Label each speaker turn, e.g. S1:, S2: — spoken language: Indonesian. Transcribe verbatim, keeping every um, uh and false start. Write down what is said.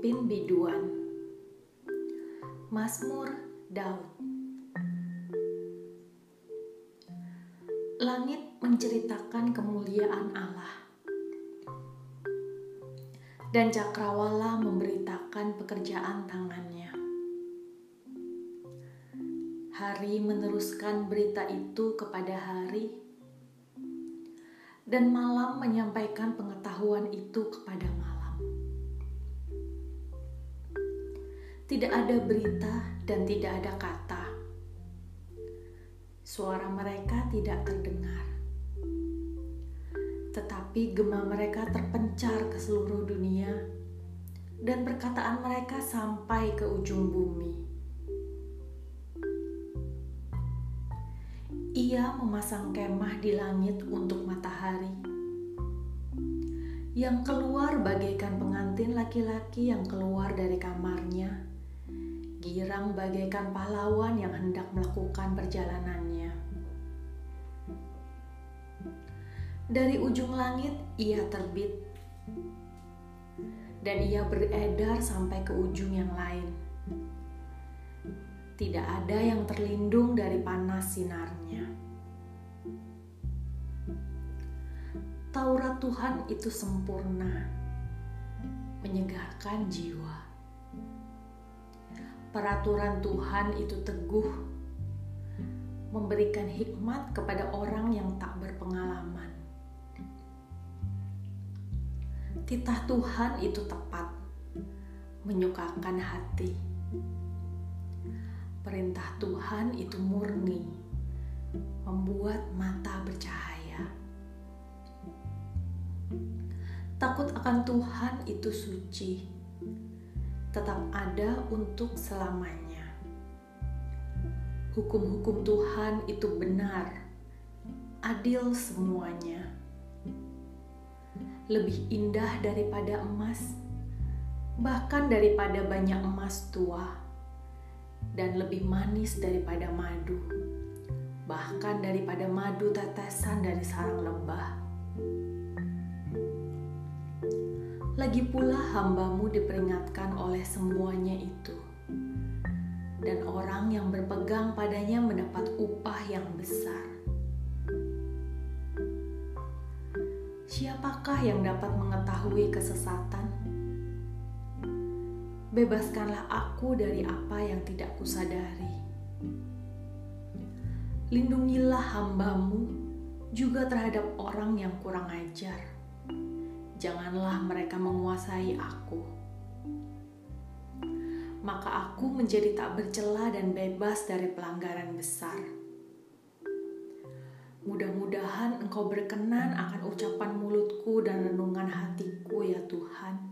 S1: Pemimpin Biduan. Mazmur Daud. Langit menceritakan kemuliaan Allah, dan cakrawala memberitakan pekerjaan tangannya. Hari meneruskan berita itu kepada hari, dan malam menyampaikan pengetahuan itu kepada malam. Tidak ada berita dan tidak ada kata. Suara mereka tidak terdengar, tetapi gema mereka terpencar ke seluruh dunia, dan perkataan mereka sampai ke ujung bumi. Ia memasang kemah di langit untuk matahari, yang keluar bagaikan pengantin laki-laki yang keluar dari kamarnya, girang bagaikan pahlawan yang hendak melakukan perjalanannya. Dari ujung langit ia terbit, dan ia beredar sampai ke ujung yang lain. Tidak ada yang terlindung dari panas sinarnya. Taurat Tuhan itu sempurna, menyegarkan jiwa. Peraturan Tuhan itu teguh, memberikan hikmat kepada orang yang tak berpengalaman. Titah Tuhan itu tepat, menyukakan hati. Perintah Tuhan itu murni, membuat mata bercahaya. Takut akan Tuhan itu suci, tetap ada untuk selamanya. Hukum-hukum Tuhan itu benar, adil semuanya. Lebih indah daripada emas, bahkan daripada banyak emas tua, dan lebih manis daripada madu, bahkan daripada madu tetesan dari sarang lebah. Lagi pula hambamu diperingatkan oleh semuanya itu, dan orang yang berpegang padanya mendapat upah yang besar. Siapakah yang dapat mengetahui kesesatan? Bebaskanlah aku dari apa yang tidak kusadari. Lindungilah hambamu juga terhadap orang yang kurang ajar. Janganlah mereka menguasai aku. Maka aku menjadi tak bercela dan bebas dari pelanggaran besar. Mudah-mudahan Engkau berkenan akan ucapan mulutku dan renungan hatiku, ya Tuhan.